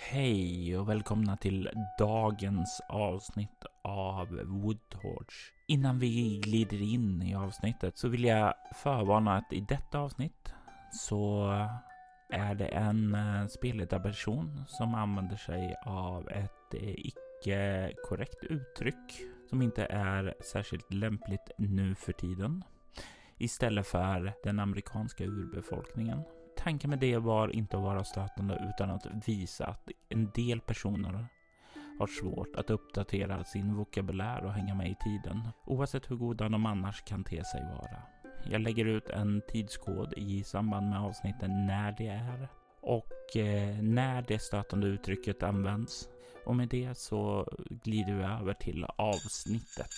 Hej och välkomna till dagens avsnitt av Woodtorch. Innan vi glider in i avsnittet så vill jag förvarna att i detta avsnitt så är det en spelledarperson som använder sig av ett icke korrekt uttryck som inte är särskilt lämpligt nu för tiden, istället för den amerikanska urbefolkningen. Tanken med det var inte att vara stötande utan att visa att en del personer har svårt att uppdatera sin vokabulär och hänga med i tiden, oavsett hur goda de annars kan te sig vara. Jag lägger ut en tidskod i samband med avsnitten när det är och när det stötande uttrycket används. Och med det så glider vi över till avsnittet.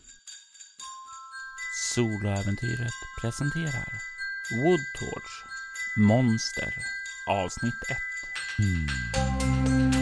Soloäventyret presenterar Woodtorch Monster avsnitt 1.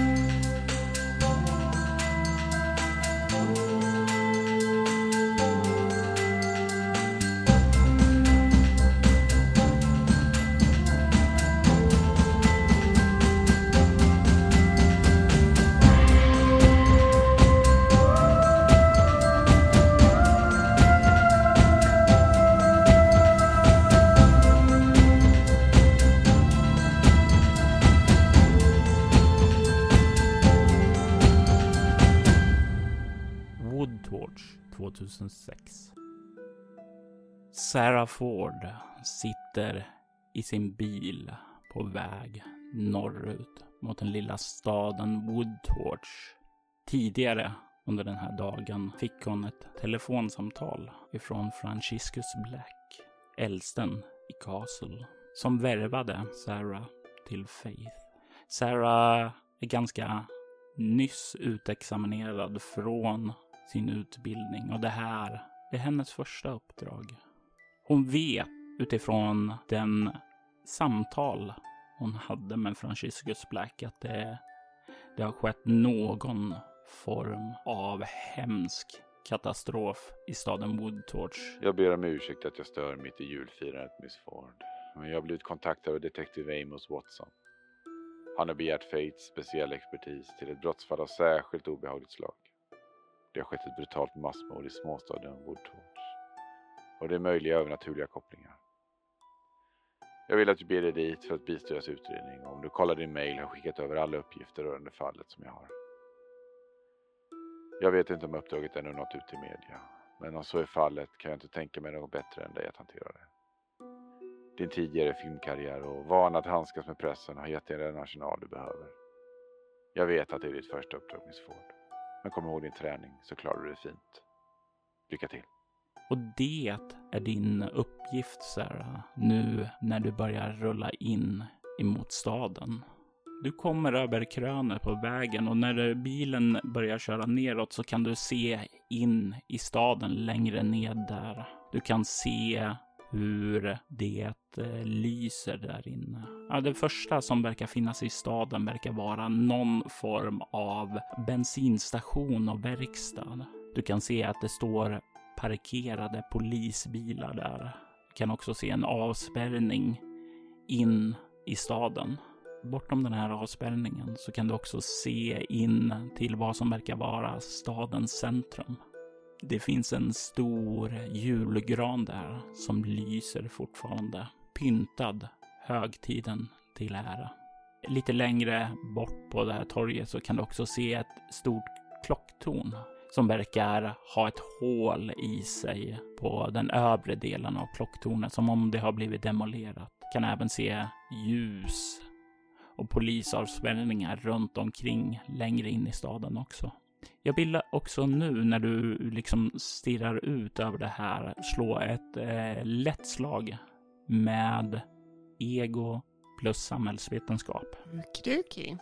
Woodtorch 2006. Sarah Ford sitter i sin bil på väg norrut mot den lilla staden Woodtorch. Tidigare under den här dagen fick hon ett telefonsamtal ifrån Franciscus Black, äldsten i Castle, som värvade Sarah till Faith. Sarah är ganska nyss utexaminerad från sin utbildning och det här är hennes första uppdrag. Hon vet utifrån den samtal hon hade med Franciscus Black att det har skett någon form av hemsk katastrof i staden Woodtorch. Jag ber om ursäkt att jag stör mitt i julfirandet, Miss Ford. Men jag har blivit kontaktad av detektiv Amos Watson. Han har begärt Faiths speciell expertis till ett brottsfall av särskilt obehagligt slag. Det har skett ett brutalt massmord i småstaden Woodtorch. Och det är möjliga övernaturliga kopplingar. Jag vill att du ber dig dit för att bistå deras utredning. Och om du kollar din mail har jag skickat över alla uppgifter rörande fallet som jag har. Jag vet inte om uppdraget ännu nått ut till media. Men om så är fallet kan jag inte tänka mig något bättre än dig att hantera det. Din tidigare filmkarriär och vana att handskas med pressen har gett dig den arsenal du behöver. Jag vet att det är ditt första uppdrag, Miss Ford. Men kom ihåg din träning så klarar du det fint. Lycka till. Och det är din uppgift, Sarah, nu när du börjar rulla in emot staden. Du kommer över krönet på vägen och när bilen börjar köra neråt så kan du se in i staden längre ned där. Du kan se hur det lyser där inne. Ja, det första som verkar finnas i staden verkar vara någon form av bensinstation och verkstad. Du kan se att det står parkerade polisbilar där. Du kan också se en avspärrning in i staden. Bortom den här avspärrningen så kan du också se in till vad som verkar vara stadens centrum. Det finns en stor julgran där som lyser fortfarande, pyntad högtiden till ära. Lite längre bort på det här torget så kan du också se ett stort klocktorn som verkar ha ett hål i sig på den övre delen av klocktornet, som om det har blivit demolerat. Kan även se ljus och polisavspärrningar runt omkring längre in i staden också. Jag vill också nu när du liksom stirrar ut över det här slå ett lätt slag med ego plus samhällsvetenskap. Okej.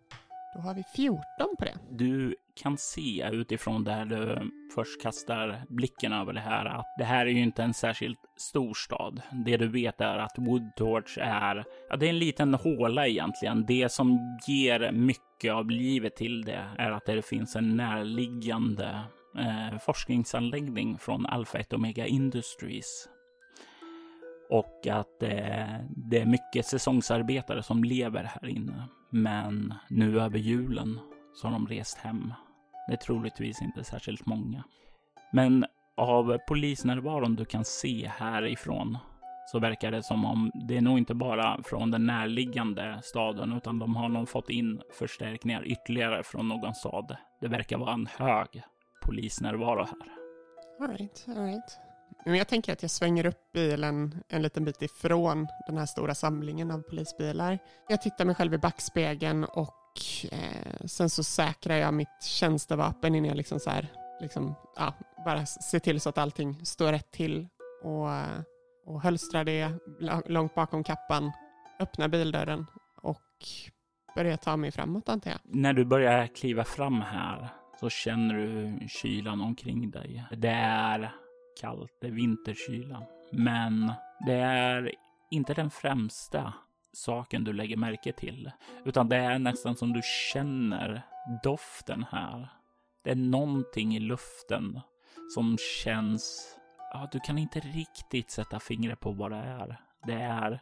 Då har vi 14 på det. Du kan se utifrån där du först kastar blicken över det här att det här är ju inte en särskilt stor stad. Det du vet är att Woodtorch är, det är en liten håla egentligen. Det som ger mycket av livet till det är att det finns en närliggande forskningsanläggning från Alpha 1 Omega Industries. Och att det är mycket säsongsarbetare som lever här inne. Men nu över julen så har de rest hem. Det är troligtvis inte särskilt många. Men av polisnärvaron du kan se härifrån så verkar det som om det är nog inte bara från den närliggande staden, utan de har nog fått in förstärkningar ytterligare från någon stad. Det verkar vara en hög polisnärvaro här. All right. Men jag tänker att jag svänger upp bilen en liten bit ifrån den här stora samlingen av polisbilar. Jag tittar mig själv i backspegeln och sen så säkrar jag mitt tjänstevapen innan jag bara ser till så att allting står rätt till och hölstrar det långt bakom kappan, öppnar bildörren och börjar ta mig framåt, antar jag. När du börjar kliva fram här så känner du kylan omkring dig. Det är kallt, det är vinterkyla. Men det är inte den främsta saken du lägger märke till. Utan det är nästan som du känner doften här. Det är någonting i luften som känns... Ja, du kan inte riktigt sätta fingret på vad det är. Det är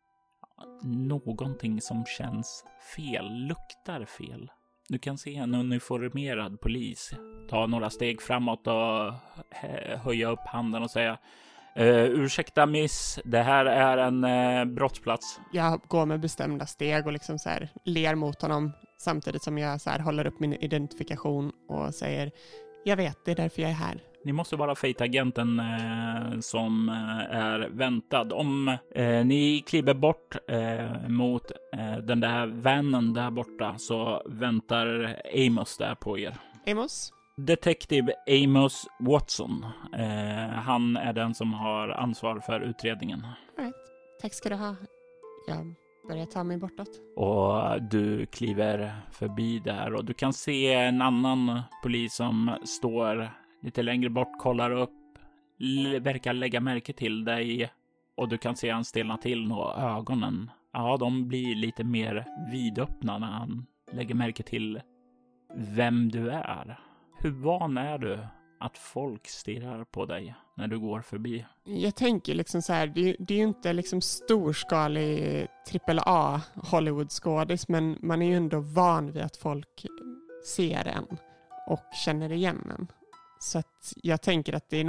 någonting som känns fel, luktar fel. Du kan se en uniformerad polis ta några steg framåt och höja upp handen och säga: ursäkta miss, det här är en brottsplats. Jag går med bestämda steg och liksom så här ler mot honom samtidigt som jag så här håller upp min identifikation och säger: jag vet, det är därför jag är här. Ni måste vara Fate-agenten som är väntad. Om ni kliver bort mot den där vanen där borta så väntar Amos där på er. Amos? Detective Amos Watson. Han är den som har ansvar för utredningen. All right. Tack ska du ha. Jag börjar ta mig bortåt. Och du kliver förbi där och du kan se en annan polis som står lite längre bort, kollar upp, verkar lägga märke till dig och du kan se han stelna till och ögonen. Ja, de blir lite mer vidöppna när han lägger märke till vem du är. Hur van är du att folk stirrar på dig när du går förbi? Jag tänker liksom så här, det är ju inte liksom storskalig AAA Hollywood-skådis, men man är ju ändå van vid att folk ser en och känner igen en. Så att jag tänker att det är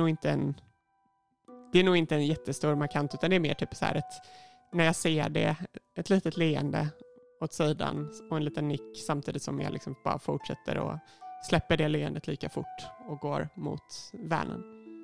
nog inte en jättestor markant, utan det är mer typ så här när jag ser det, ett litet leende åt sidan och en liten nick samtidigt som jag liksom bara fortsätter och släpper det leendet lika fort och går mot vanen.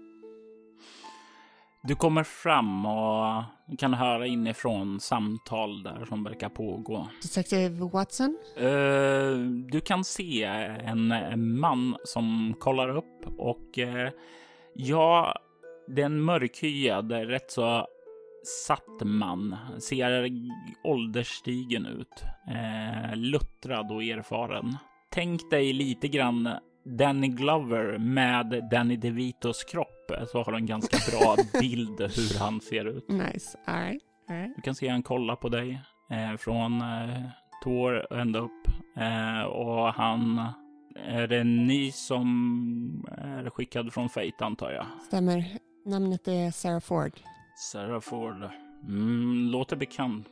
Du kommer fram och kan höra inifrån samtal där som verkar pågå. Detective Watson? Du kan se en man som kollar upp och ja, det är en mörkhyad, rätt så satt man. Ser ålderstigen ut. Luttrad och erfaren. Tänk dig lite grann Danny Glover med Danny DeVitos kropp, så har du en ganska bra bild hur han ser ut. Nice, all right. Du kan se han kolla på dig från tår ända upp och han är det ni som är skickad från Fate, antar jag. Stämmer, namnet är Sarah Ford. Sarah Ford, låter bekant.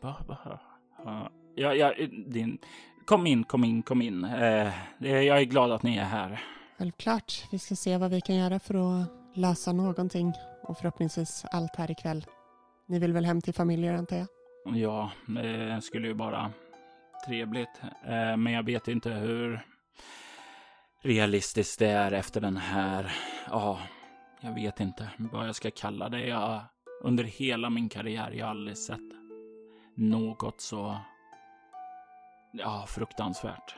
Kom in. Jag är glad att ni är här. Självklart. Vi ska se vad vi kan göra för att lösa någonting. Och förhoppningsvis allt här ikväll. Ni vill väl hem till familjer, antar jag? Ja, det skulle ju vara trevligt. Men jag vet inte hur realistiskt det är efter den här... Ja, jag vet inte vad jag ska kalla det. Under hela min karriär jag har aldrig sett något så... Ja, fruktansvärt.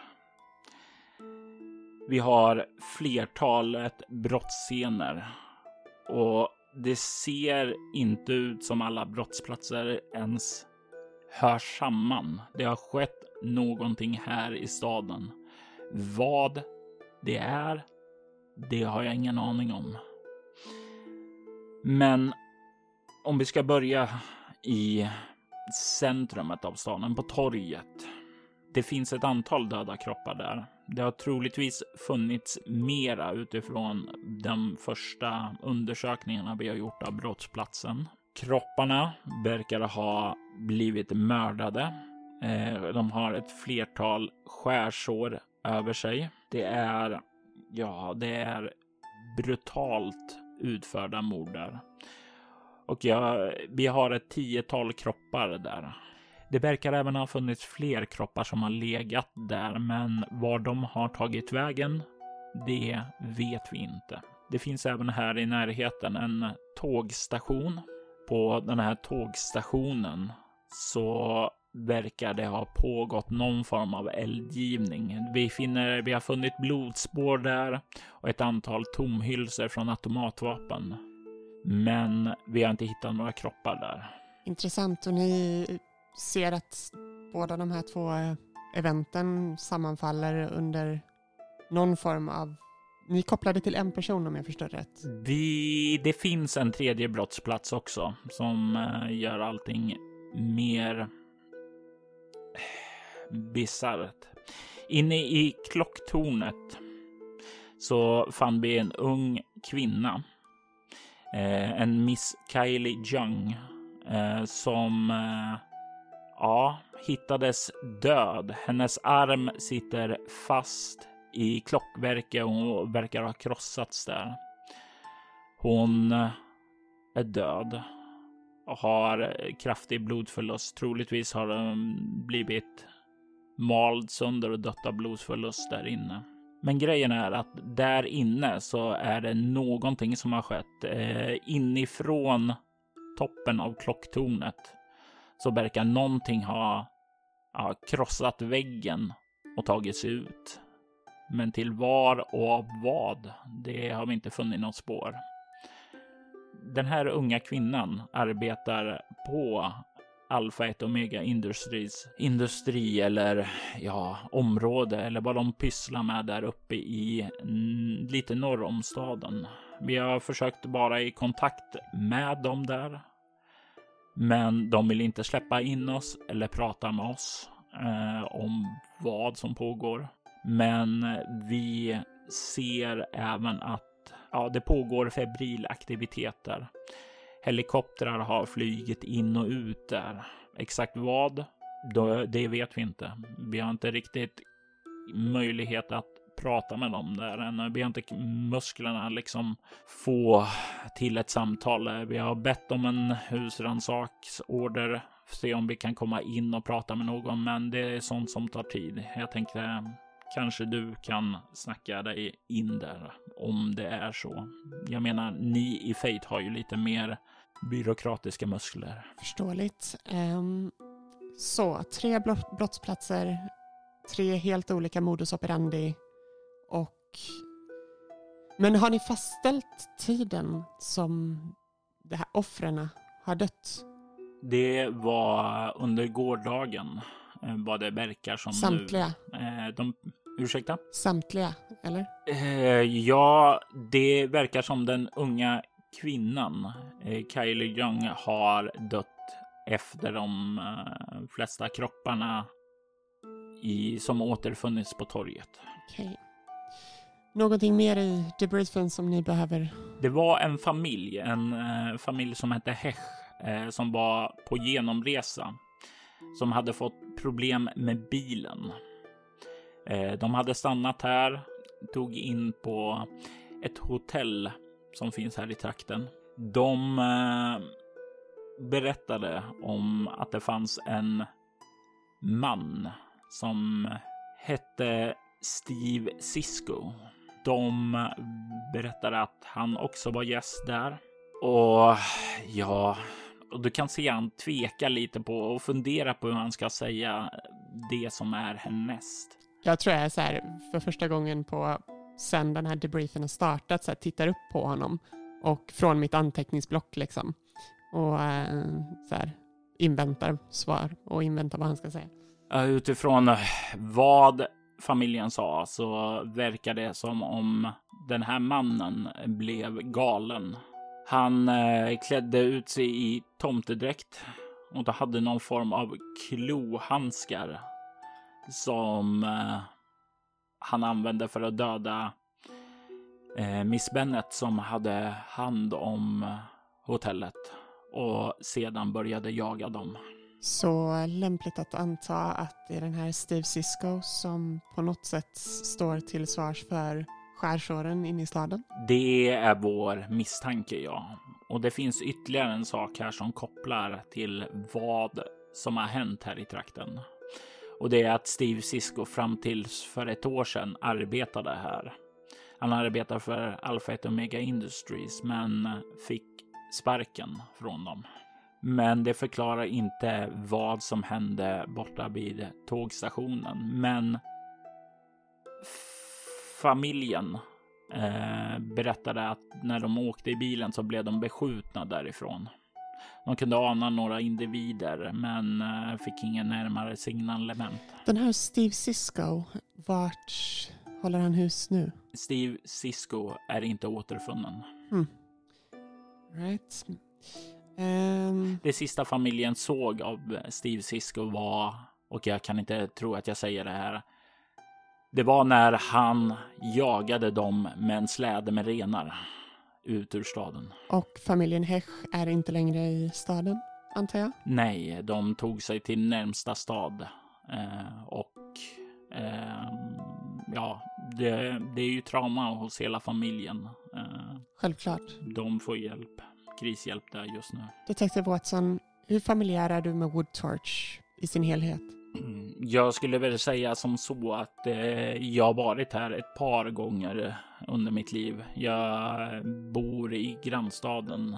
Vi har flertalet brottsscener och det ser inte ut som alla brottsplatser ens hör samman. Det har skett någonting här i staden. Vad det är, det har jag ingen aning om. Men om vi ska börja i centrumet av staden, på torget. Det finns ett antal döda kroppar där. Det har troligtvis funnits mera utifrån de första undersökningarna vi har gjort av brottsplatsen. Kropparna verkar ha blivit mördade. De har ett flertal skärsår över sig. Det är brutalt utförda mord där. Och vi har ett 10-tal kroppar där. Det verkar även ha funnits fler kroppar som har legat där, men var de har tagit vägen, det vet vi inte. Det finns även här i närheten en tågstation. På den här tågstationen så verkar det ha pågått någon form av eldgivning. Vi har funnit blodspår där och ett antal tomhylsor från automatvapen. Men vi har inte hittat några kroppar där. Intressant, och ni ser att båda de här två eventen sammanfaller under någon form av... Ni är kopplade till en person om jag förstår rätt. Det finns en tredje brottsplats också som gör allting mer bisarrt. Inne i klocktornet så fann vi en ung kvinna. En Miss Kylie Young som hittades död. Hennes arm sitter fast i klockverket och verkar ha krossats där. Hon är död och har kraftig blodförlust. Troligtvis har hon blivit mald sönder och dött av blodförlust där inne. Men grejen är att där inne så är det någonting som har skett. Inifrån toppen av klocktornet så verkar någonting ha krossat väggen och tagit sig ut. Men till var och av vad, det har vi inte funnit något spår. Den här unga kvinnan arbetar på Alpha 1 Omega industri eller område eller vad de pysslar med där uppe i lite norr om staden. Vi har försökt vara i kontakt med dem där, men de vill inte släppa in oss eller prata med oss om vad som pågår. Men vi ser även att det pågår febril aktiviteter. Helikoptrar har flygit in och ut där. Exakt vad, det vet vi inte. Vi har inte riktigt möjlighet att prata med dem där än. Vi har inte musklerna liksom få till ett samtal. Vi har bett om en husransaksorder. Se om vi kan komma in och prata med någon. Men det är sånt som tar tid. Jag tänkte kanske du kan snacka dig in där om det är så. Jag menar, ni i Fate har ju lite mer byråkratiska muskler. Förståeligt. Så, 3 brottsplatser, 3 helt olika modus operandi och... Men har ni fastställt tiden som de här offren har dött? Det var under gårdagen, vad det verkar som. Samtliga? Ursäkta? Samtliga, eller? Ja, det verkar som den unga kvinnan, Kylie Young, har dött efter de flesta kropparna som återfunnits på torget. Okej. Någonting mer i debriefen som ni behöver? Det var en familj som hette Hech som var på genomresa, som hade fått problem med bilen. De hade stannat här, tog in på ett hotell som finns här i trakten. De berättade om att det fanns en man som hette Steve Sisko. De berättade att han också var gäst där. Och du kan se han tveka lite på och fundera på hur han ska säga det som är härnäst. Jag tror jag är så här, för första gången sen den här debriefen har startat, så här, tittar upp på honom och från mitt anteckningsblock liksom. Och så här, inväntar svar och inväntar vad han ska säga. Utifrån vad familjen sa så verkar det som om den här mannen blev galen. Han klädde ut sig i tomtedräkt och hade någon form av klohandskar som han använde för att döda Miss Bennett som hade hand om hotellet. och sedan började jaga dem. Så lämpligt att anta att det är den här Steve Sisko som på något sätt står till svars för skärsåren inne i staden? Det är vår misstanke, ja. Och det finns ytterligare en sak här som kopplar till vad som har hänt här i trakten. Och det är att Steve Sisko fram till för ett år sedan arbetade här. Han arbetade för Alpha 1 Omega Industries men fick sparken från dem. Men det förklarar inte vad som hände borta vid tågstationen. Men familjen berättade att när de åkte i bilen så blev de beskjutna därifrån. De kunde ana några individer men fick ingen närmare signalement. Den här Steve Sisko, vart håller han hus nu? Steve Sisko är inte återfunnen. Right. Det sista familjen såg av Steve Sisko var, och jag kan inte tro att jag säger det här, det var när han jagade dem med en släde med renar ut ur staden. Och familjen Hech är inte längre i staden, antar jag? Nej, de tog sig till närmsta stad. Ja, det är ju trauma hos hela familjen. Självklart. De får hjälp, krishjälp där just nu. Detective Watson, hur familjär är du med Woodtorch i sin helhet? Jag skulle väl säga som så att jag har varit här ett par gånger under mitt liv. Jag bor i grannstaden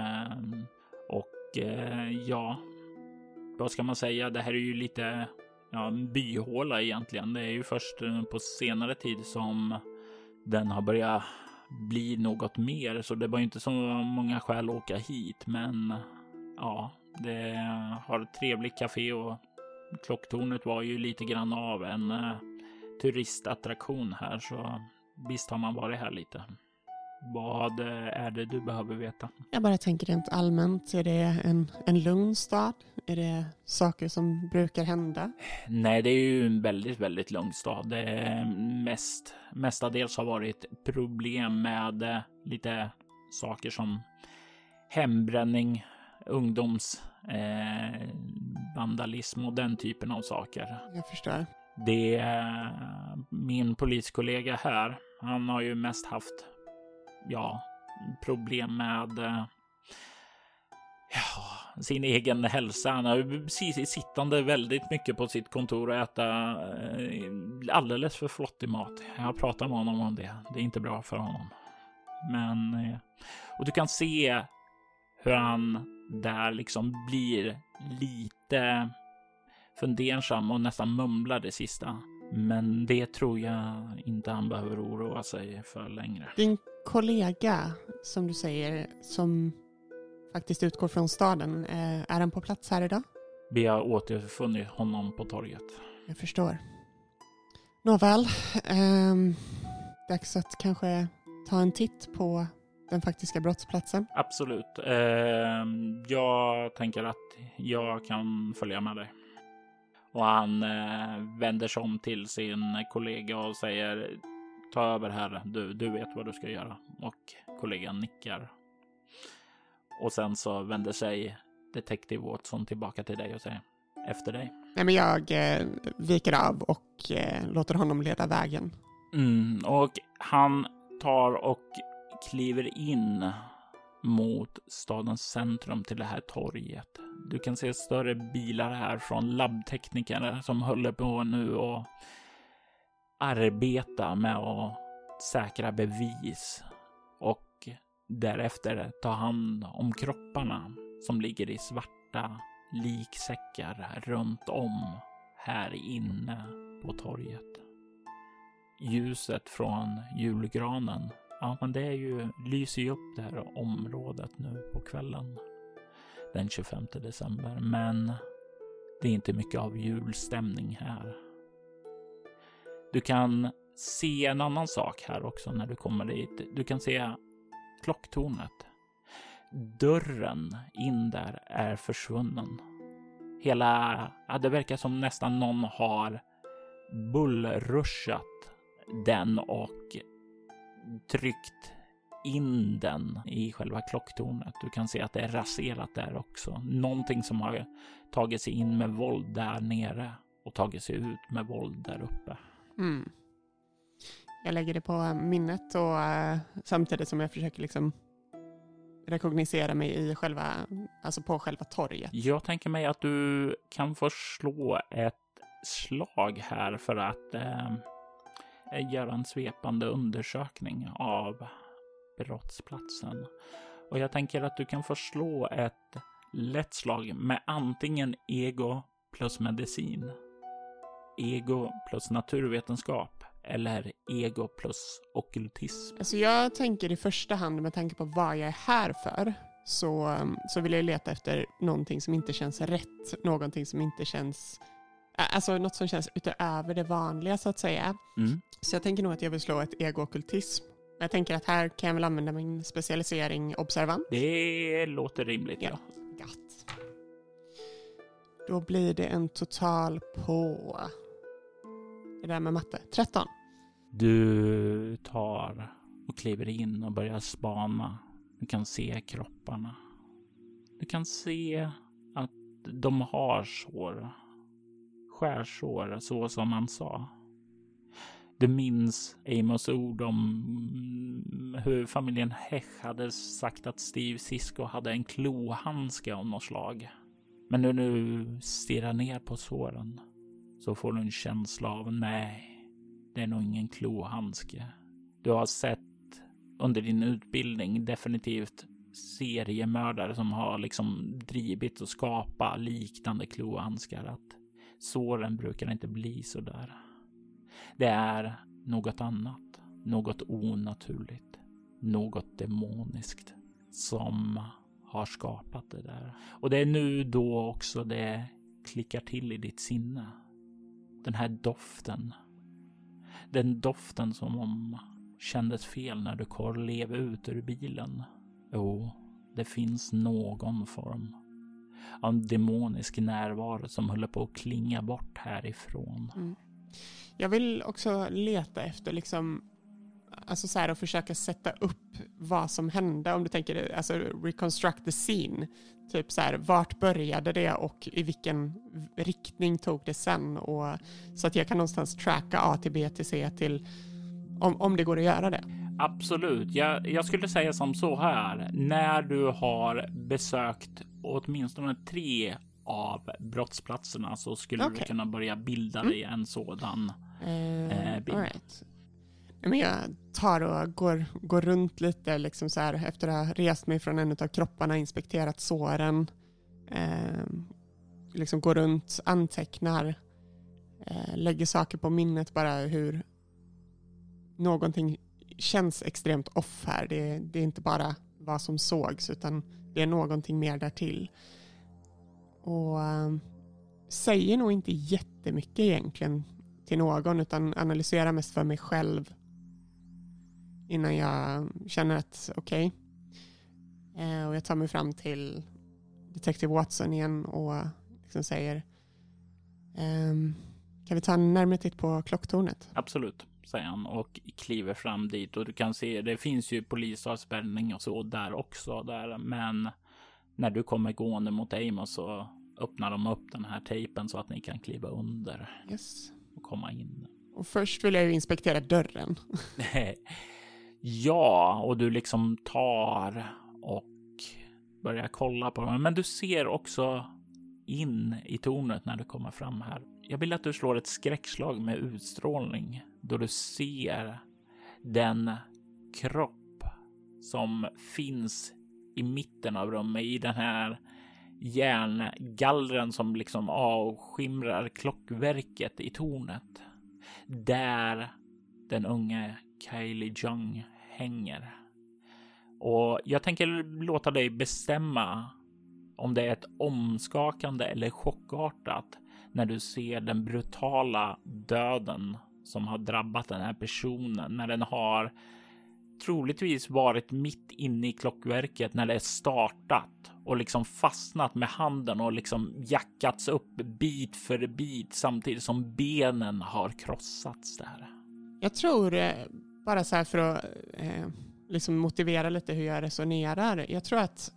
ja, vad ska man säga? Det här är ju lite en byhåla egentligen. Det är ju först på senare tid som den har börjat bli något mer. Så det var ju inte så många skäl att åka hit. Men ja, det har ett trevligt café och klocktornet var ju lite grann av en turistattraktion här. Så visst har man varit här lite. Vad är det du behöver veta? Jag bara tänker rent allmänt. Är det en lugn stad? Är det saker som brukar hända? Nej, det är ju en väldigt, väldigt lugn stad. Det är mestadels har varit problem med lite saker som hembränning, vandalism och den typen av saker. Jag förstår. Det är min poliskollega här. Han har ju mest haft problem med sin egen hälsa. Han har ju sittande väldigt mycket på sitt kontor och äta alldeles för flottig mat. Jag pratar med honom om det. Det är inte bra för honom. Men och du kan se hur han där liksom blir lite fundersam och nästan mumlar det sista. Men det tror jag inte han behöver oroa sig för längre. Din kollega, som du säger, som faktiskt utgår från staden, är han på plats här idag? Vi har återfunnit honom på torget. Jag förstår. Nåväl, dags att kanske ta en titt på den faktiska brottsplatsen. Absolut. Jag tänker att jag kan följa med dig. Och han vänder sig om till sin kollega och säger: ta över här, du vet vad du ska göra. Och kollegan nickar. Och sen så vänder sig Detective Watson tillbaka till dig och säger: efter dig. Nej, men jag viker av och låter honom leda vägen. Och han tar och kliver in mot stadens centrum till det här torget. Du kan se större bilar här från labbtekniker som håller på nu och arbeta med att säkra bevis och därefter ta hand om kropparna som ligger i svarta liksäckar runt om här inne på torget. Ljuset från julgranen, men det är ju, lyser ju upp det här området nu på kvällen den 25 december. Men det är inte mycket av julstämning här. Du kan se en annan sak här också när du kommer dit. Du kan se klocktornet. Dörren in där är försvunnen. Det verkar som nästan någon har bullruschat den och tryckt in den i själva klocktornet. Du kan se att det är raserat där också. Någonting som har tagit sig in med våld där nere och tagit sig ut med våld där uppe. Mm. Jag lägger det på minnet och samtidigt som jag försöker liksom rekognosera mig i på själva torget. Jag tänker mig att du kan få slå ett slag här för att göra en svepande undersökning av brottsplatsen. Och jag tänker att du kan få slå ett lätt slag med antingen ego plus medicin, ego plus naturvetenskap eller ego plus ockultism. Alltså jag tänker i första hand med tanke på vad jag är här för så vill jag leta efter någonting som inte känns rätt. Någonting som inte känns... Alltså något som känns utöver det vanliga så att säga. Mm. Så jag tänker nog att jag vill slå ett ego-ockultism. Jag tänker att här kan jag väl använda min specialisering observant. Det låter rimligt, ja. Gatt. Då blir det en total på... Det där med matte. 13. Du tar och kliver in och börjar spana. Du kan se kropparna. Du kan se att de har sår. Skärsår, så som man sa. Du minns Amos ord om hur familjen Hesch hade sagt att Steve Sisko hade en klohandske av något slag. Men när du stirrar ner på såren så får du en känsla av nej, det är nog ingen klohandske. Du har sett under din utbildning definitivt seriemördare som har liksom drivit och skapat liknande klohandskar. Att såren brukar inte bli så där. Det är något annat, något onaturligt, något demoniskt som har skapat det där. Och det är nu då också det klickar till i ditt sinne. Den här doften. Den doften som kändes fel när du klev ut ur bilen. Jo, det finns någon form av demonisk närvaro som håller på att klinga bort härifrån. Mm. Jag vill också leta efter liksom, alltså så här, och försöka sätta upp vad som hände, om du tänker, alltså reconstruct the scene. Typ så här, vart började det och i vilken riktning tog det sen, och så att jag kan någonstans tracka A till B till C till om det går att göra det. Absolut. Jag skulle säga som så här. När du har besökt åtminstone 3 av brottsplatserna så skulle du kunna börja bilda dig en sådan bild. Right. Men jag tar och går runt lite liksom så här, efter att ha rest mig från en av kropparna, inspekterat såren, liksom går runt, antecknar, lägger saker på minnet, bara hur någonting känns extremt off här. Det är inte bara vad som sågs, utan det är någonting mer därtill. Och säger nog inte jättemycket egentligen till någon, utan analyserar mest för mig själv innan jag känner att okej. Och jag tar mig fram till Detective Watson igen och liksom säger kan vi ta en närmare titt på klocktornet? Absolut, säger han och kliver fram dit, och du kan se, det finns ju polisavspärrning och så där också där, men när du kommer gående mot Amos så öppnar de upp den här tejpen så att ni kan kliva under och komma in. Och först vill jag ju inspektera dörren. Ja, och du liksom tar och börjar kolla på dem. Men du ser också in i tornet när du kommer fram här. Jag vill att du slår ett skräckslag med utstrålning då du ser den kropp som finns i mitten av rummet, i den här järngallren som liksom avskimrar klockverket i tornet. Där den unge Kylie Jung hänger. Och jag tänker låta dig bestämma om det är ett omskakande eller chockartat när du ser den brutala döden som har drabbat den här personen, när den har troligtvis varit mitt inne i klockverket när det är startat och liksom fastnat med handen och liksom jackats upp bit för bit samtidigt som benen har krossats där. Jag tror, bara så här för att liksom motivera lite hur jag resonerar. Jag tror att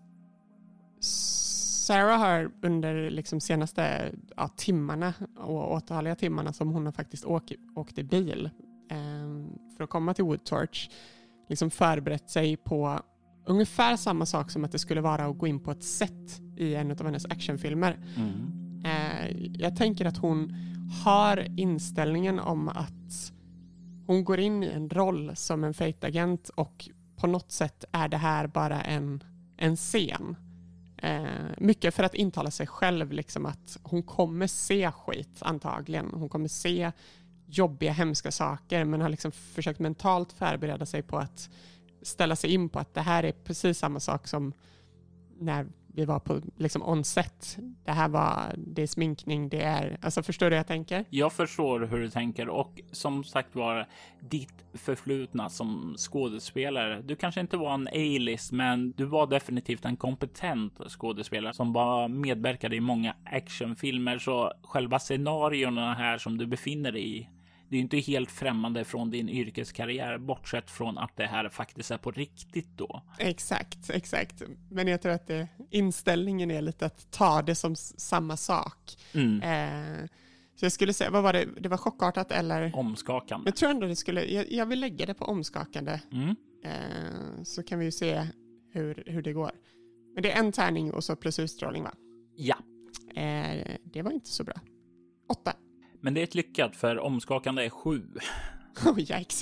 Sarah har under liksom senaste timmarna och återhållliga timmarna som hon har faktiskt åkt i bil för att komma till Woodtorch liksom förberett sig på ungefär samma sak som att det skulle vara att gå in på ett set i en av hennes actionfilmer. Jag tänker att hon har inställningen om att hon går in i en roll som en Fate-agent och på något sätt är det här bara en scen. Mycket för att intala sig själv liksom att hon kommer se skit antagligen. Hon kommer se jobbiga, hemska saker, men har liksom försökt mentalt förbereda sig på att ställa sig in på att det här är precis samma sak som när vi var på liksom on-set. Det är sminkning, det är... Alltså förstår du hur jag tänker? Jag förstår hur du tänker och som sagt var ditt förflutna som skådespelare. Du kanske inte var en A-list, men du var definitivt en kompetent skådespelare som bara medverkade i många actionfilmer. Så själva scenarierna här som du befinner dig i, det är inte helt främmande från din yrkeskarriär, bortsett från att det här faktiskt är på riktigt då. Exakt. Men jag tror att inställningen är lite att ta det som samma sak. Så jag skulle säga, vad var det? Det var chockartat eller? Omskakande. Jag tror ändå det skulle, jag vill lägga det på omskakande. Så kan vi ju se hur det går. Men det är en tärning och så plus utstrålning, va? Ja. Det var inte så bra. 8. Men det är ett lyckat, för omskakande är 7. Yikes.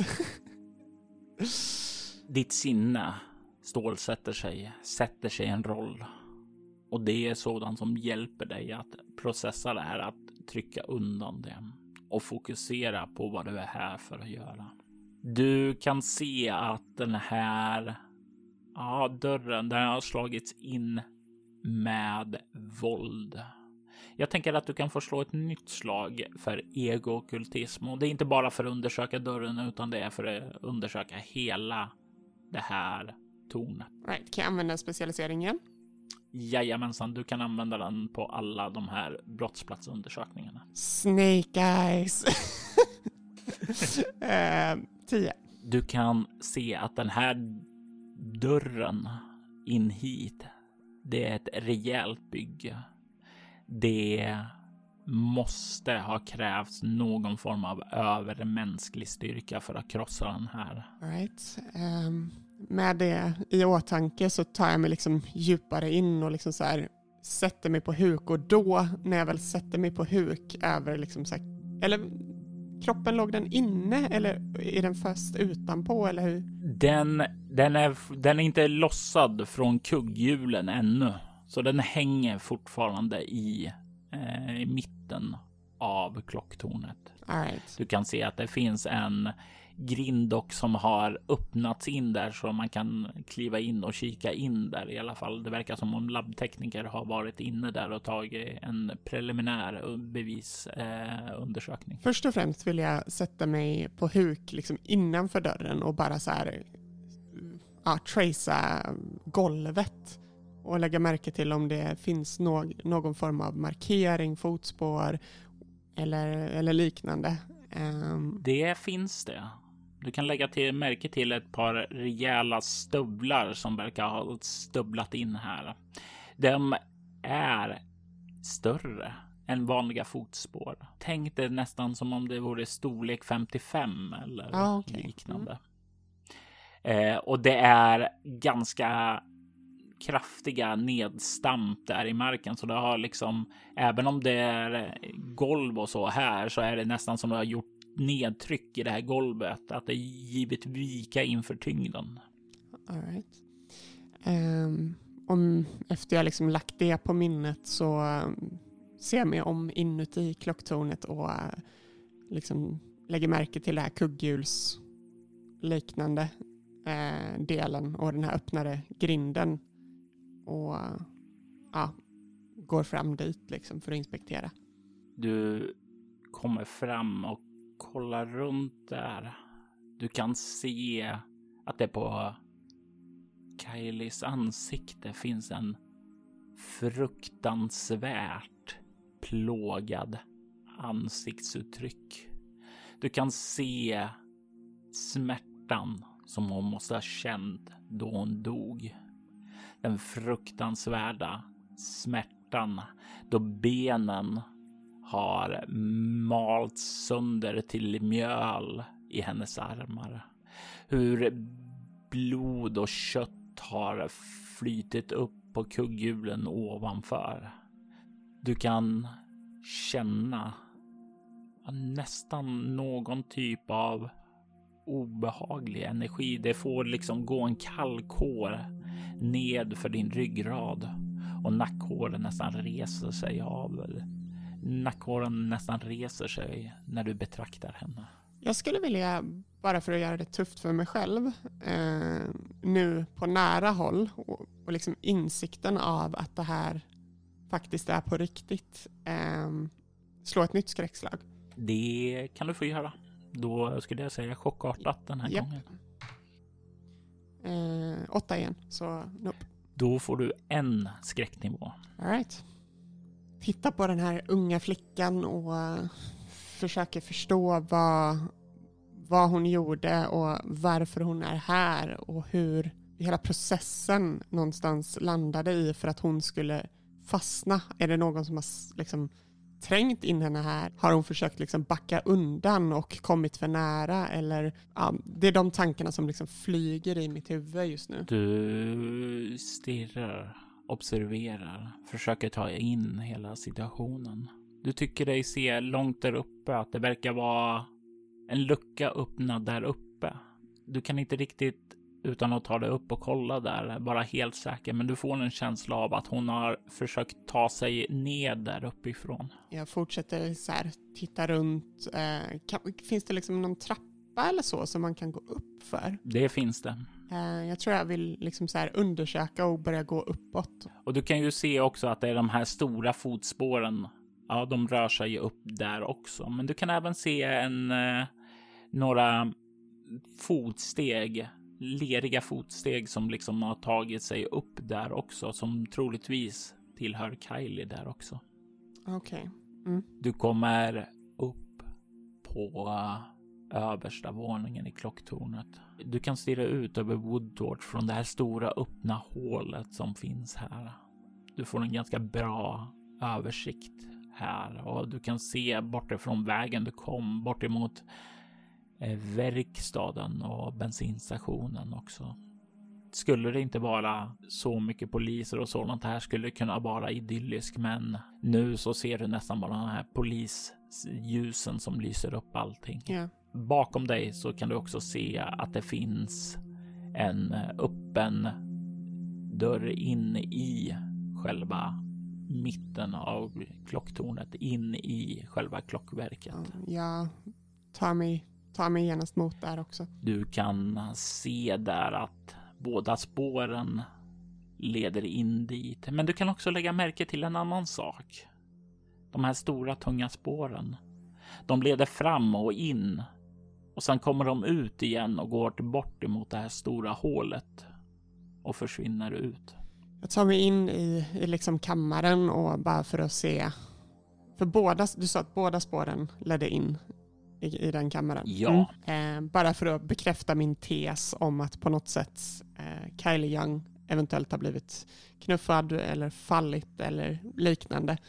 Ditt sinne sätter sig i en roll. Och det är sådant som hjälper dig att processa det här, att trycka undan det och fokusera på vad du är här för att göra. Du kan se att den här dörren, den har slagits in med våld. Jag tänker att du kan få slå ett nytt slag för ego-okkultism. Och det är inte bara för att undersöka dörren, utan det är för att undersöka hela det här tornet. Right. Kan jag använda specialiseringen? Jajamensan, du kan använda den på alla de här brottsplatsundersökningarna. Snake eyes. 10. Du kan se att den här dörren in hit, det är ett rejält bygge. Det måste ha krävts någon form av övermänsklig styrka för att krossa den här. Right. Med det i åtanke så tar jag mig liksom djupare in och liksom så här sätter mig på huk. Och då när jag väl sätter mig på huk över liksom så här, eller kroppen, låg den inne eller är den först utanpå eller hur? Den är inte lossad från kugghjulen ännu. Så den hänger fortfarande i mitten av klocktornet. All right. Du kan se att det finns en grindok som har öppnats in där så man kan kliva in och kika in där i alla fall. Det verkar som om labbtekniker har varit inne där och tagit en preliminär bevisundersökning. Först och främst vill jag sätta mig på huk liksom innanför dörren och bara så här tracea golvet. Och lägga märke till om det finns någon form av markering, fotspår eller liknande. Det finns det. Du kan lägga märke till ett par rejäla stövlar som verkar ha stövlat in här. De är större än vanliga fotspår. Tänk det nästan som om det vore storlek 55 eller liknande. Och det är ganska kraftiga nedstamp där i marken, så det har liksom, även om det är golv och så här, så är det nästan som att det har gjort nedtryck i det här golvet, att det är givet vika inför tyngden. All right. Om efter jag liksom lagt det på minnet så ser jag mig om inuti klocktornet och liksom lägger märke till det här kugghjuls liknande delen och den här öppnade grinden. Och går fram dit liksom för att inspektera. Du kommer fram och kollar runt där. Du kan se att det på Kylies ansikte finns en fruktansvärt plågad ansiktsuttryck. Du kan se smärtan som hon måste ha känt då hon dog. Den fruktansvärda smärtan då benen har malts sönder till mjöl i hennes armar. Hur blod och kött har flytit upp på kugghjulen ovanför. Du kan känna nästan någon typ av obehaglig energi. Det får liksom gå en kall kår ned för din ryggrad och nackhåren nästan reser sig Nackhåren nästan reser sig när du betraktar henne. Jag skulle vilja, bara för att göra det tufft för mig själv, nu på nära håll och liksom insikten av att det här faktiskt är på riktigt, slå ett nytt skräckslag. Det kan du få göra. Då skulle jag säga chockartat den här gången. 8 igen, så nope. Då får du en skräcknivå. All right. Titta på den här unga flickan och försöker förstå vad hon gjorde och varför hon är här och hur hela processen någonstans landade i för att hon skulle fastna. Är det någon som har liksom trängt in henne här? Har hon försökt liksom backa undan och kommit för nära? Eller det är de tankarna som liksom flyger i mitt huvud just nu. Du stirrar, observerar, försöker ta in hela situationen. Du tycker dig se långt där uppe att det verkar vara en lucka öppnad där uppe. Du kan inte riktigt, utan att ta det upp och kolla där, bara helt säker. Men du får en känsla av att hon har försökt ta sig ned där uppifrån. Jag fortsätter så här, titta runt. Finns det liksom någon trappa eller så som man kan gå upp för? Det finns det. Jag tror jag vill liksom så här undersöka och börja gå uppåt. Och du kan ju se också att det är de här stora fotspåren. Ja, de rör sig upp där också. Men du kan även se några fotsteg, leriga fotsteg som liksom har tagit sig upp där också. Som troligtvis tillhör Kylie där också. Okej. Du kommer upp på översta våningen i klocktornet. Du kan stirra ut över Woodtorch från det här stora öppna hålet som finns här. Du får en ganska bra översikt här och du kan se bortifrån vägen du kom, bort emot verkstaden och bensinstationen också. Skulle det inte vara så mycket poliser och sådant här skulle det kunna vara idyllisk, men nu så ser du nästan bara den här polisljusen som lyser upp allting. Yeah. Bakom dig så kan du också se att det finns en öppen dörr in i själva mitten av klocktornet, in i själva klockverket. Jag tar mig genast mot där också. Du kan se där att båda spåren leder in dit. Men du kan också lägga märke till en annan sak. De här stora tunga spåren. De leder fram och in. Och sen kommer de ut igen och går bort emot det här stora hålet. Och försvinner ut. Jag tar mig in i liksom kammaren och bara för att se. För du sa att båda spåren ledde in i den kammaren. Ja. Bara för att bekräfta min tes om att på något sätt Kylie Young eventuellt har blivit knuffad eller fallit eller liknande.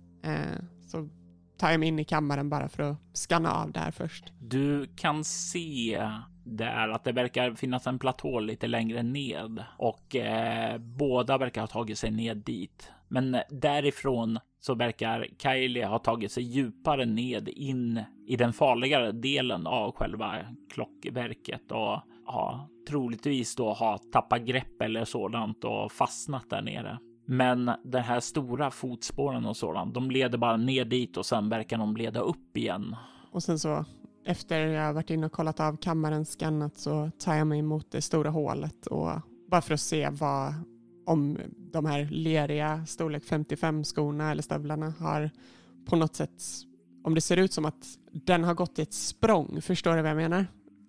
Så tar jag mig in i kammaren bara för att skanna av där först. Du kan se där att det verkar finnas en platå lite längre ned och båda verkar ha tagit sig ned dit. Men därifrån så verkar Kylie ha tagit sig djupare ned in i den farligare delen av själva klockverket och troligtvis då ha tappat grepp eller sådant och fastnat där nere. Men den här stora fotspåren och sådant, de leder bara ner dit och sen verkar de leda upp igen. Och sen så efter jag har varit inne och kollat av kammaren skannat så tar jag mig emot det stora hålet och bara för att se om de här leriga storlek 55 skorna eller stövlarna har på något sätt, om det ser ut som att den har gått i ett språng, förstår du vad jag menar?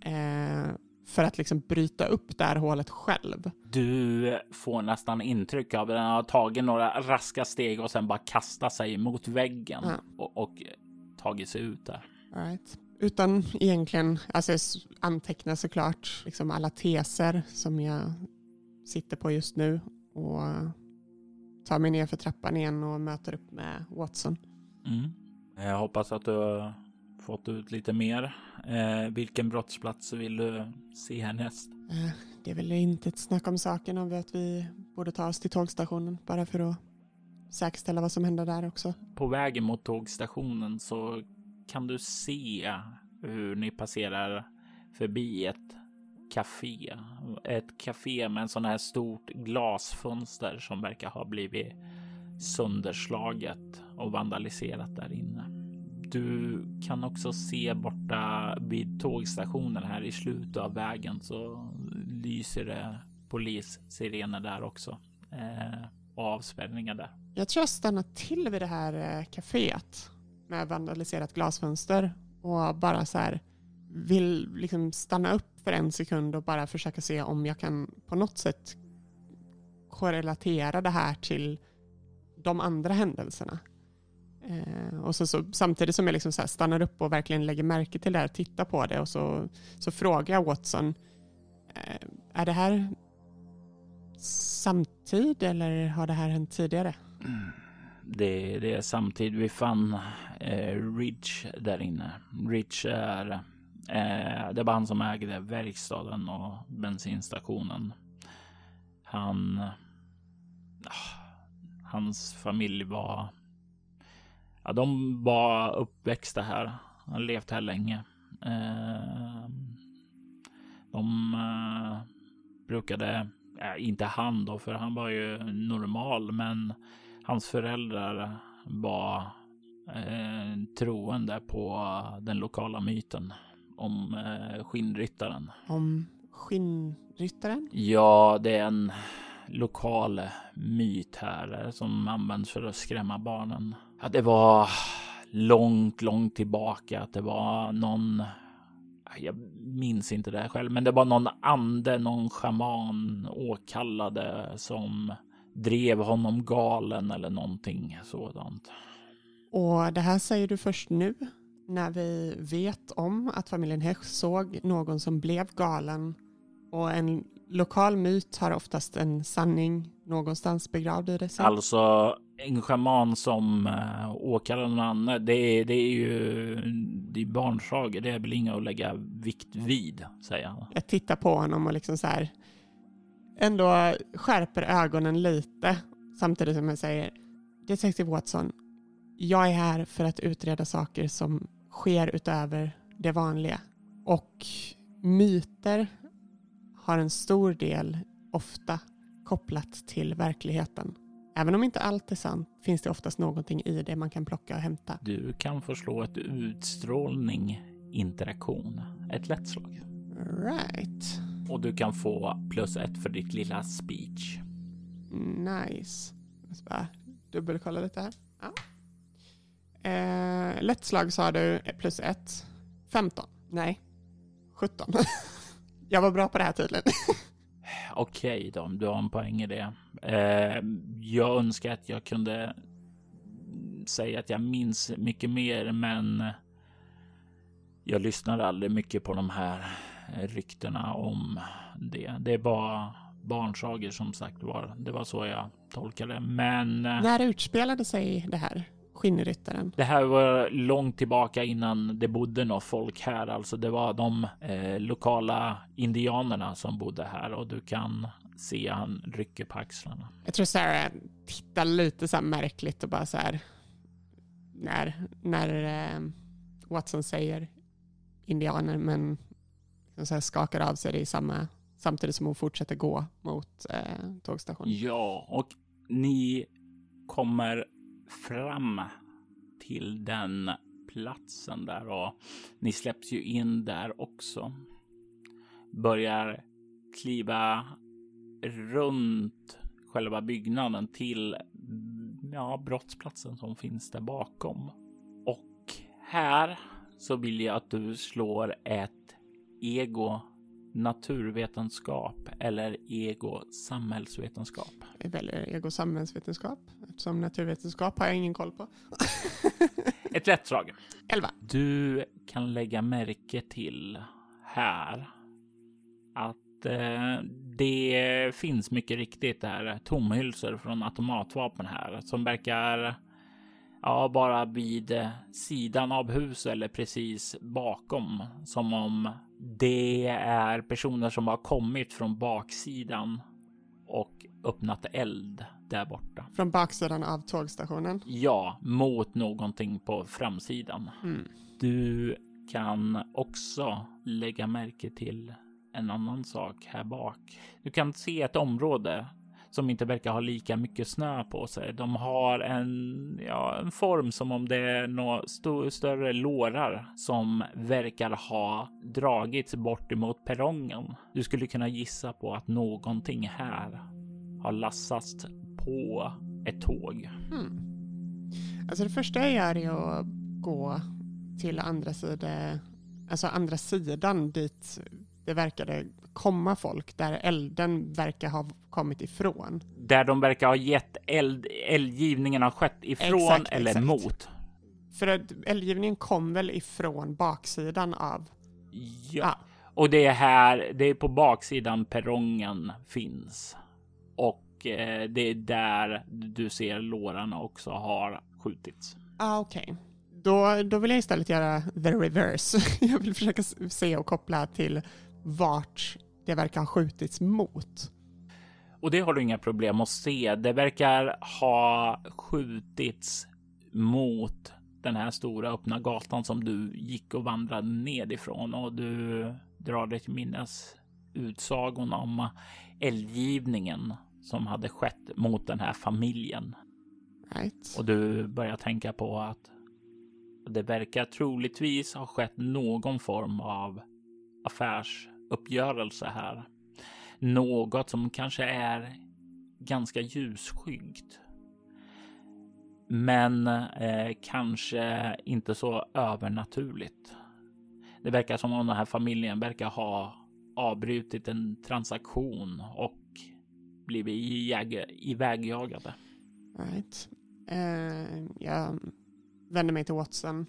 För att liksom bryta upp det här hålet själv. Du får nästan intryck av att den har tagit några raska steg och sen bara kastat sig mot väggen och tagit sig ut där. All right. Utan egentligen, alltså jag antecknar såklart liksom alla teser som jag sitter på just nu och tar mig ner för trappan igen och möter upp med Watson. Jag hoppas att du har fått ut lite mer. Vilken brottsplats vill du se härnäst? Det är väl inte ett snack om saken av att vi borde ta oss till tågstationen bara för att säkerställa vad som händer där också. På vägen mot tågstationen så kan du se hur ni passerar förbi ett café. Ett café med en sån här stort glasfönster som verkar ha blivit sönderslaget och vandaliserat där inne. Du kan också se borta vid tågstationen här i slutet av vägen så lyser det polissirener där också. Och avspärrningar där. Jag tror jag stannar till vid det här kaféet med vandaliserat glasfönster och bara så här vill liksom stanna upp för en sekund och bara försöka se om jag kan på något sätt korrelatera det här till de andra händelserna. Och så samtidigt som jag liksom så här stannar upp och verkligen lägger märke till det här, tittar på det och så frågar jag Watson, är det här samtid eller har det här hänt tidigare? Det är samtidigt vi fann Ridge där inne. Ridge det var han som ägde verkstaden och bensinstationen. Hans familj var... Ja, de var uppväxta här. Han har levt här länge. De brukade... inte han då, för han var ju normal, men hans föräldrar var troende på den lokala myten om skinnryttaren. Om skinnryttaren? Ja, det är en lokal myt här som används för att skrämma barnen. Ja, det var långt tillbaka att det var någon... Jag minns inte det själv, men det var någon ande, någon shaman åkallade som drev honom galen eller någonting sådant. Och det här säger du först nu när vi vet om att familjen Hesch såg någon som blev galen, och en lokal myt har oftast en sanning någonstans begravd i det. Alltså en shaman som åkallade någon annan, det är barnsagor, det är väl inga att lägga vikt vid, säger han. Jag tittar på honom och liksom så här ändå skärper ögonen lite samtidigt som jag säger, Detective Watson, jag är här för att utreda saker som sker utöver det vanliga. Och myter har en stor del ofta kopplat till verkligheten. Även om inte allt är sant finns det oftast någonting i det man kan plocka och hämta. Du kan få slå ett utstrålning interaktion. Ett lätt slag. Right. Och du kan få +1 för ditt lilla speech. Nice. Jag ska bara dubbelkolla lite här. Ja. Lätt slag sa du +1. 15. Nej. 17. Jag var bra på det här tydligen. Okej då, du har en poäng i det. Jag önskar att jag kunde säga att jag minns mycket mer, men jag lyssnade aldrig mycket på de här ryktena om det. Det är bara barnsagor som sagt var. Det var så jag tolkade. Men när utspelade sig det här? Skinnryttaren. Det här var långt tillbaka innan det bodde något folk här. Alltså det var de lokala indianerna som bodde här, och du kan se han rycker på axlarna. Jag tror Sarah tittar lite så här märkligt och bara så här när Watson säger indianer, men så här skakar av sig det i samtidigt som hon fortsätter gå mot tågstationen. Ja, och ni kommer fram till den platsen där, och ni släpps ju in där också. Börjar kliva runt själva byggnaden till brottsplatsen som finns där bakom. Och här så vill jag att du slår ett ego naturvetenskap eller ego-samhällsvetenskap? Jag väljer ego-samhällsvetenskap eftersom naturvetenskap har jag ingen koll på. Ett lätt slag. 11. Du kan lägga märke till här att det finns mycket riktigt där tomhylsor från automatvapen här som verkar bara vid sidan av huset eller precis bakom, som om det är personer som har kommit från baksidan och öppnat eld där borta. Från baksidan av tågstationen? Ja, mot någonting på framsidan. Du kan också lägga märke till en annan sak här bak. Du kan se ett område som inte verkar ha lika mycket snö på sig. De har en form som om det är några större lårar som verkar ha dragits bort emot perrongen. Du skulle kunna gissa på att någonting här har lassats på ett tåg. Alltså det första jag gör är att gå till andra sidan dit det verkade komma folk, där elden verkar ha kommit ifrån. Där de verkar ha gett eldgivningen har skett ifrån exakt. Mot. För att eldgivningen kom väl ifrån baksidan av... Ja. Och det är på baksidan perrongen finns. Och det är där du ser lårarna också har skjutits. Okej. Då vill jag istället göra the reverse. Jag vill försöka se och koppla till vart det verkar ha skjutits mot. Och det har du inga problem att se. Det verkar ha skjutits mot den här stora öppna gatan som du gick och vandrade ned ifrån. Och du drar dig till minnes utsagon om eldgivningen som hade skett mot den här familjen. Right. Och du börjar tänka på att det verkar troligtvis ha skett någon form av affärsuppgörelse här. Något som kanske är ganska ljusskyggt. Men kanske inte så övernaturligt. Det verkar som om den här familjen verkar ha avbrutit en transaktion och blivit ivägjagade. Right. Jag vänder mig till Watson.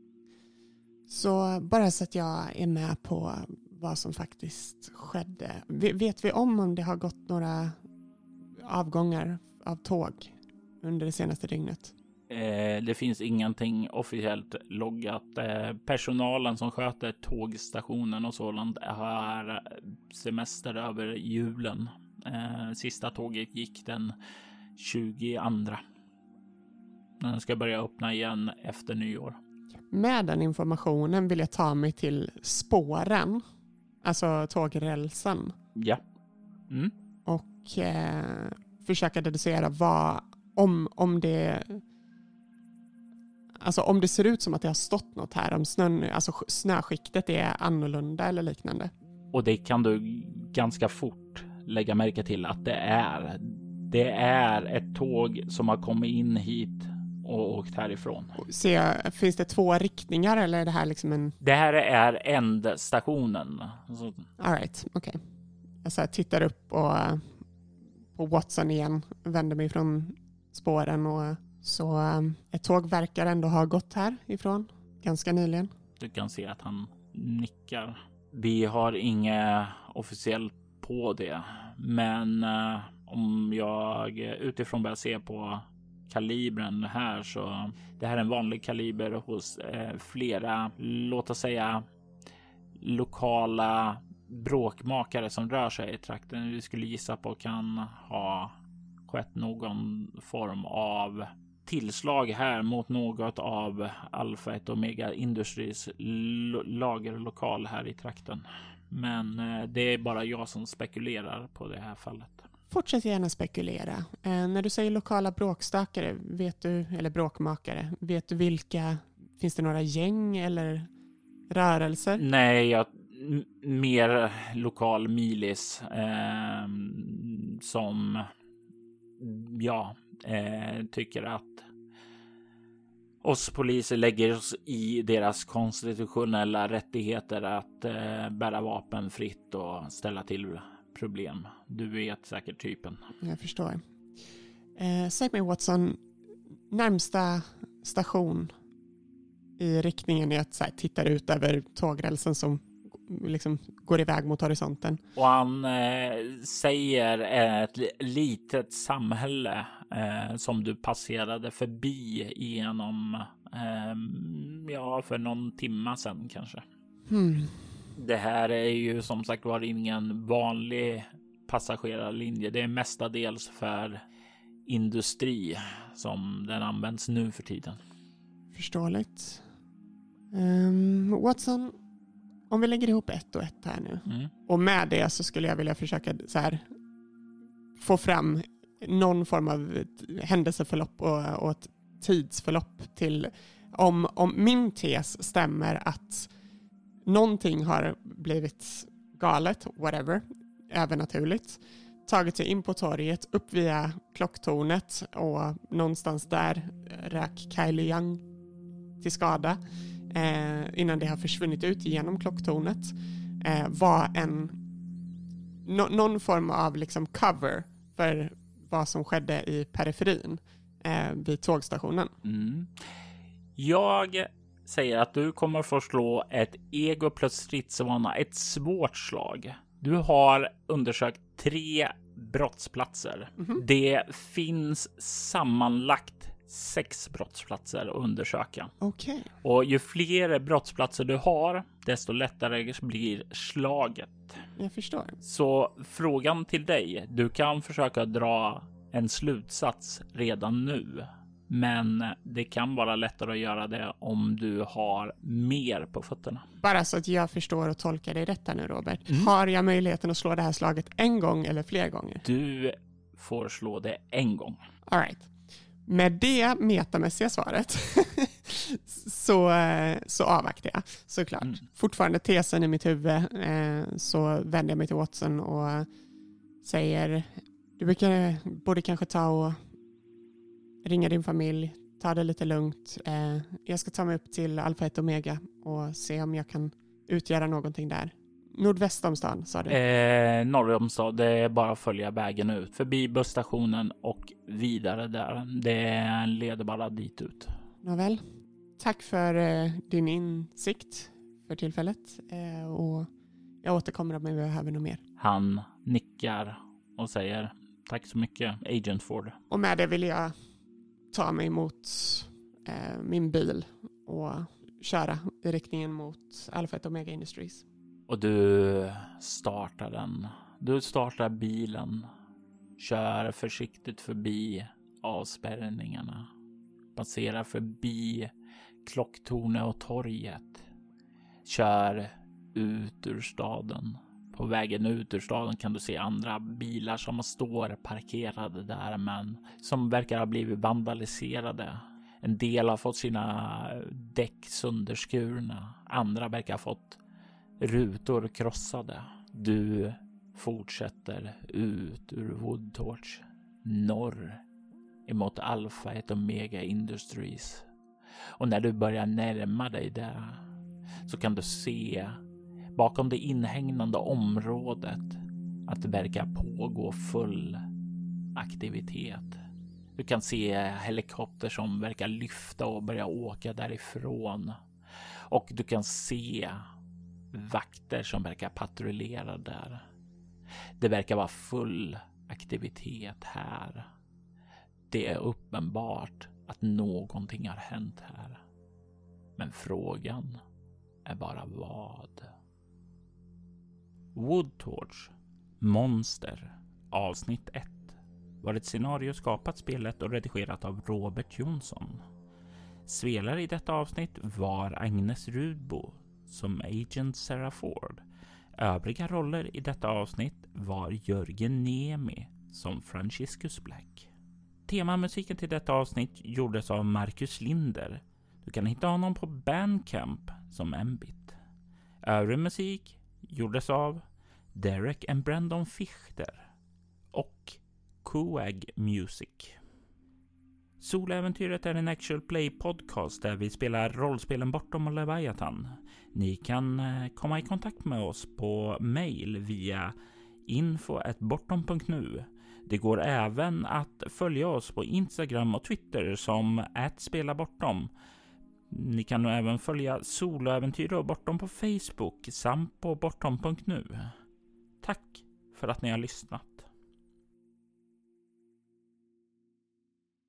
Så bara så att jag är med på vad som faktiskt skedde. Vet vi om det har gått några avgångar av tåg under det senaste dygnet? Det finns ingenting officiellt loggat. Personalen som sköter tågstationen och sådant har semester över julen. Sista tåget gick den 22. Den ska börja öppna igen efter nyår. Med den informationen vill jag ta mig till spåren. Alltså tågrälsen. Ja. Och försöka deducera om det... Alltså om det ser ut som att det har stått något här. Om snöskiktet är annorlunda eller liknande. Och det kan du ganska fort lägga märke till att det är. Det är ett tåg som har kommit in hit och åkt härifrån. Finns det två riktningar eller är det här liksom en... Det här är ändstationen. All right, okej. Jag tittar upp på Watson igen. Vänder mig från spåren och så ett tåg verkar ändå ha gått härifrån ganska nyligen. Du kan se att han nickar. Vi har inget officiellt på det. Men om jag utifrån börjar se på kalibern här så det här är en vanlig kaliber hos flera, låt oss säga lokala bråkmakare som rör sig i trakten. Vi skulle gissa på kan ha skett någon form av tillslag här mot något av Alpha 1 Omega Industries lagerlokal här i trakten. Men det är bara jag som spekulerar på det här fallet. Fortsätt gärna spekulera. När du säger lokala bråkstakare, eller bråkmakare, vet du vilka? Finns det några gäng eller rörelser? Nej, mer lokal milis som tycker att Oss poliser lägger oss i deras konstitutionella rättigheter att bära vapen fritt och ställa till problem. Du vet säkert typen. Jag förstår. Säg mig Watson, närmsta station i riktningen är att så här, tittar ut över tågrälsen som liksom går iväg mot horisonten. Och han säger ett litet samhälle som du passerade förbi genom för någon timma sedan kanske. Det här är ju som sagt var ingen vanlig passagerarlinje. Det är mestadels för industri som den används nu för tiden. Förståeligt. Watson, om vi lägger ihop 1 och 1 här nu. Och med det så skulle jag vilja försöka så här, få fram någon form av händelseförlopp och ett tidsförlopp till om min tes stämmer att någonting har blivit galet, whatever, övernaturligt, tagit sig in på torget, upp via klocktornet och någonstans där rök Kylie Young till skada innan det har försvunnit ut genom klocktornet, var någon form av liksom cover för vad som skedde i periferin vid tågstationen. Jag säger att du kommer få slå ett ego plus stridsvana, ett svårt slag. Du har undersökt 3 brottsplatser. Det finns sammanlagt 6 brottsplatser att undersöka. Okej. Och ju fler brottsplatser du har, desto lättare blir slaget. Jag förstår. Så frågan till dig, du kan försöka dra en slutsats redan nu. Men det kan vara lättare att göra det om du har mer på fötterna. Bara så att jag förstår och tolkar dig rätt här nu, Robert. Har jag möjligheten att slå det här slaget en gång eller fler gånger? Du får slå det en gång. All right. Med det metamässiga svaret så avvaktar jag såklart. Fortfarande tesen i mitt huvud, så vänder jag mig till Watson och säger, du borde kanske ta och ringa din familj, ta det lite lugnt. Jag ska ta mig upp till Alpha 1 Omega och se om jag kan utgöra någonting där. Nordväst om stan, sa du? Norr om stan, det är bara att följa vägen ut. Förbi busstationen och vidare där. Det leder bara dit ut. Nåväl. Tack för din insikt för tillfället. Och jag återkommer om jag behöver något mer. Han nickar och säger tack så mycket, Agent Ford. Och med det vill jag ta mig mot min bil och köra i riktningen mot Alpha 1 Omega Industries. Och du startar den. Du startar bilen. Kör försiktigt förbi avspärrningarna. Passerar förbi klocktornet och torget. Kör ut ur staden. På vägen ut ur staden kan du se andra bilar som står parkerade där, men som verkar ha blivit vandaliserade. En del har fått sina däck sönderskurna. Andra verkar ha fått rutor krossade. Du fortsätter ut ur Woodtorch norr emot Alpha 1 Omega Industries. Och när du börjar närma dig där så kan du se bakom det inhägnande området att det verkar pågå full aktivitet. Du kan se helikopter som verkar lyfta och börja åka därifrån. Och du kan se vakter som verkar patrullera där. Det verkar vara full aktivitet här. Det är uppenbart att någonting har hänt här. Men frågan är bara vad? Woodtorch Monster avsnitt 1 var ett scenario skapat, spelet och redigerat av Robert Jonsson. Spelare i detta avsnitt var Agnes Rudbo som Agent Sarah Ford. Övriga roller i detta avsnitt var Jörgen Niemi som Franciscus Black. Temamusiken till detta avsnitt gjordes av Marcus Linder. Du kan hitta honom på Bandcamp som Mbit. Övrig musik gjordes av Derek and Brandon Fichter och Coag Music. Soloäventyret är en actual play podcast där vi spelar rollspelen Bortom och Leviathan. Ni kan komma i kontakt med oss på mail via info@bortom.nu. Det går även att följa oss på Instagram och Twitter som @spelabortom. Ni kan även följa Soloäventyr och Bortom på Facebook samt på bortom.nu. Tack för att ni har lyssnat.